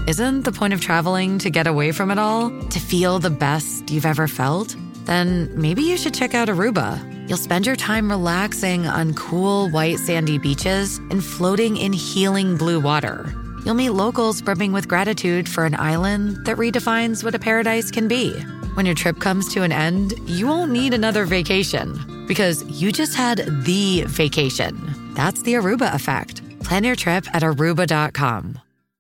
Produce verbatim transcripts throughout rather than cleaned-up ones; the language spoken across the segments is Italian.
Isn't the point of traveling to get away from it all? To feel the best you've ever felt? Then maybe you should check out Aruba. You'll spend your time relaxing on cool, white, sandy beaches and floating in healing blue water. You'll meet locals brimming with gratitude for an island that redefines what a paradise can be. When your trip comes to an end, you won't need another vacation because you just had the vacation. That's the Aruba effect. Plan your trip at aruba dot com.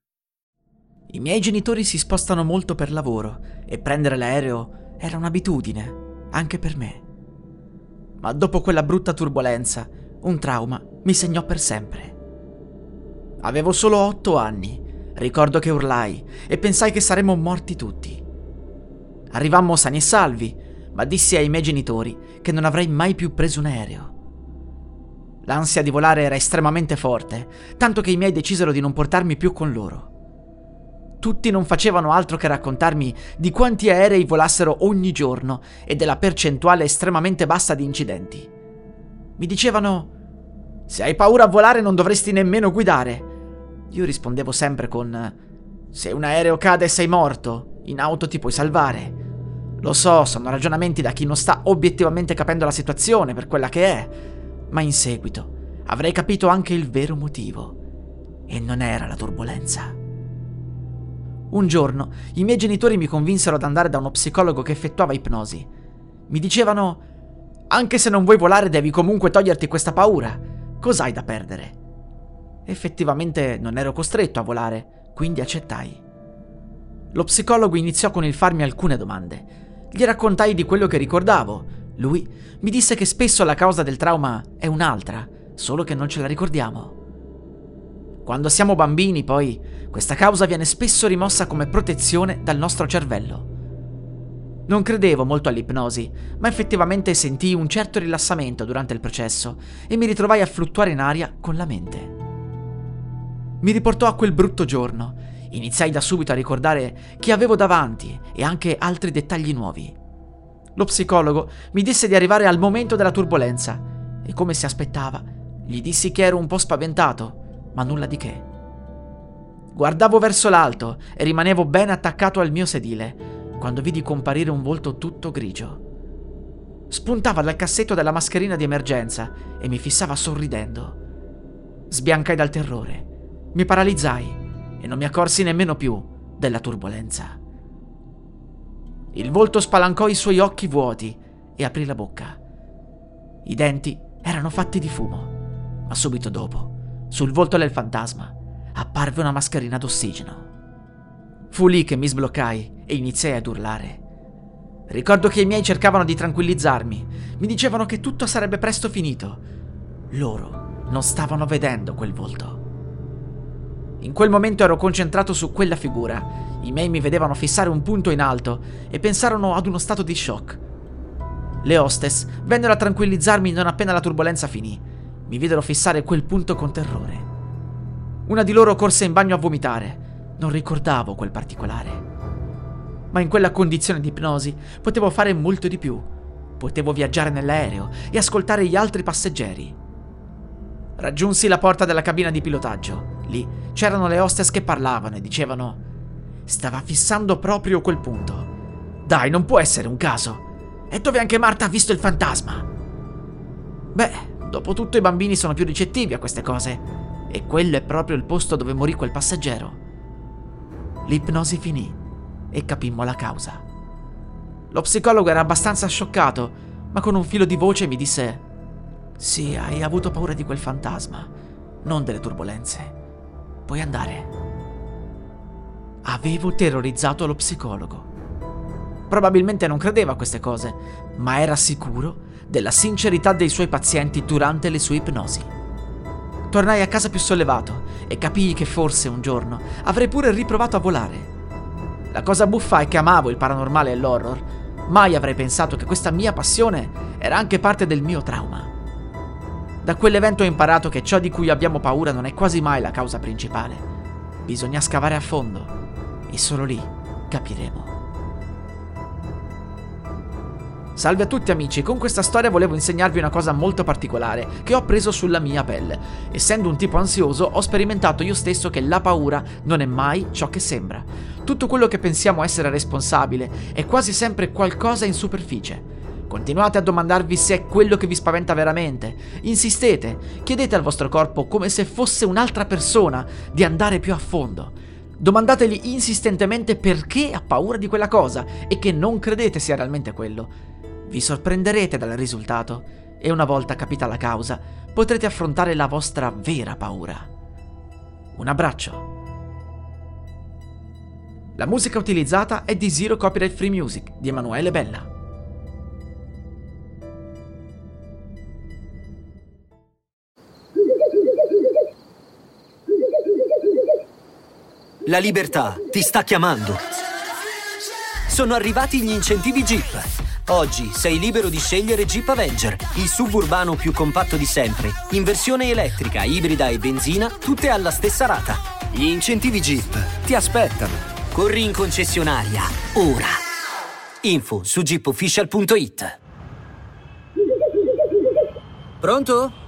I miei genitori si spostano molto per lavoro e prendere l'aereo era un'abitudine, anche per me. Ma dopo quella brutta turbolenza, un trauma mi segnò per sempre. Avevo solo otto anni, ricordo che urlai e pensai che saremmo morti tutti. Arrivammo sani e salvi, ma dissi ai miei genitori che non avrei mai più preso un aereo. L'ansia di volare era estremamente forte, tanto che i miei decisero di non portarmi più con loro. Tutti non facevano altro che raccontarmi di quanti aerei volassero ogni giorno e della percentuale estremamente bassa di incidenti. Mi dicevano: se hai paura a volare non dovresti nemmeno guidare. Io rispondevo sempre con: se un aereo cade e sei morto, in auto ti puoi salvare. Lo so, sono ragionamenti da chi non sta obiettivamente capendo la situazione per quella che è, ma in seguito avrei capito anche il vero motivo. E non era la turbolenza. Un giorno i miei genitori mi convinsero ad andare da uno psicologo che effettuava ipnosi. Mi dicevano: anche se non vuoi volare devi comunque toglierti questa paura. Cos'hai da perdere? Effettivamente non ero costretto a volare, quindi accettai. Lo psicologo iniziò con il farmi alcune domande. Gli raccontai di quello che ricordavo. Lui mi disse che spesso la causa del trauma è un'altra, solo che non ce la ricordiamo. Quando siamo bambini, poi, questa causa viene spesso rimossa come protezione dal nostro cervello. Non credevo molto all'ipnosi, ma effettivamente sentii un certo rilassamento durante il processo e mi ritrovai a fluttuare in aria con la mente. Mi riportò a quel brutto giorno. Iniziai da subito a ricordare chi avevo davanti e anche altri dettagli nuovi. Lo psicologo mi disse di arrivare al momento della turbolenza e, come si aspettava, gli dissi che ero un po' spaventato, ma nulla di che. Guardavo verso l'alto e rimanevo ben attaccato al mio sedile quando vidi comparire un volto tutto grigio. Spuntava dal cassetto della mascherina di emergenza e mi fissava sorridendo. Sbiancai dal terrore, mi paralizzai e non mi accorsi nemmeno più della turbolenza. Il volto spalancò i suoi occhi vuoti e aprì la bocca. I denti erano fatti di fumo, ma subito dopo, sul volto del fantasma, apparve una mascherina d'ossigeno. Fu lì che mi sbloccai e iniziai ad urlare. Ricordo che i miei cercavano di tranquillizzarmi, mi dicevano che tutto sarebbe presto finito. Loro non stavano vedendo quel volto. In quel momento ero concentrato su quella figura. I miei mi vedevano fissare un punto in alto e pensarono ad uno stato di shock. Le hostess vennero a tranquillizzarmi non appena la turbolenza finì. Mi videro fissare quel punto con terrore. Una di loro corse in bagno a vomitare. Non ricordavo quel particolare. Ma in quella condizione di ipnosi potevo fare molto di più. Potevo viaggiare nell'aereo e ascoltare gli altri passeggeri. Raggiunsi la porta della cabina di pilotaggio. Lì c'erano le hostess che parlavano e dicevano: stava fissando proprio quel punto. Dai, non può essere un caso. E dove anche Marta ha visto il fantasma? Beh, dopo tutto i bambini sono più ricettivi a queste cose. E quello è proprio il posto dove morì quel passeggero. L'ipnosi finì e capimmo la causa. Lo psicologo era abbastanza scioccato, ma con un filo di voce mi disse: sì, hai avuto paura di quel fantasma, non delle turbolenze. Puoi andare. Avevo terrorizzato lo psicologo. Probabilmente non credeva a queste cose, ma era sicuro della sincerità dei suoi pazienti durante le sue ipnosi. Tornai a casa più sollevato e capii che forse un giorno avrei pure riprovato a volare. La cosa buffa è che amavo il paranormale e l'horror. Mai avrei pensato che questa mia passione era anche parte del mio trauma. Da quell'evento ho imparato che ciò di cui abbiamo paura non è quasi mai la causa principale. Bisogna scavare a fondo e solo lì capiremo. Salve a tutti amici, con questa storia volevo insegnarvi una cosa molto particolare che ho preso sulla mia pelle. Essendo un tipo ansioso, ho sperimentato io stesso che la paura non è mai ciò che sembra. Tutto quello che pensiamo essere responsabile è quasi sempre qualcosa in superficie. Continuate a domandarvi se è quello che vi spaventa veramente. Insistete, chiedete al vostro corpo come se fosse un'altra persona di andare più a fondo. Domandategli insistentemente perché ha paura di quella cosa e che non credete sia realmente quello. Vi sorprenderete dal risultato e una volta capita la causa potrete affrontare la vostra vera paura. Un abbraccio. La musica utilizzata è di Zero Copyright Free Music di Emanuele Bella. La libertà ti sta chiamando. Sono arrivati gli incentivi Jeep. Oggi sei libero di scegliere Jeep Avenger, il suburbano più compatto di sempre, in versione elettrica, ibrida e benzina, tutte alla stessa rata. Gli incentivi Jeep ti aspettano. Corri in concessionaria, ora. Info su jeep official punto it. Pronto?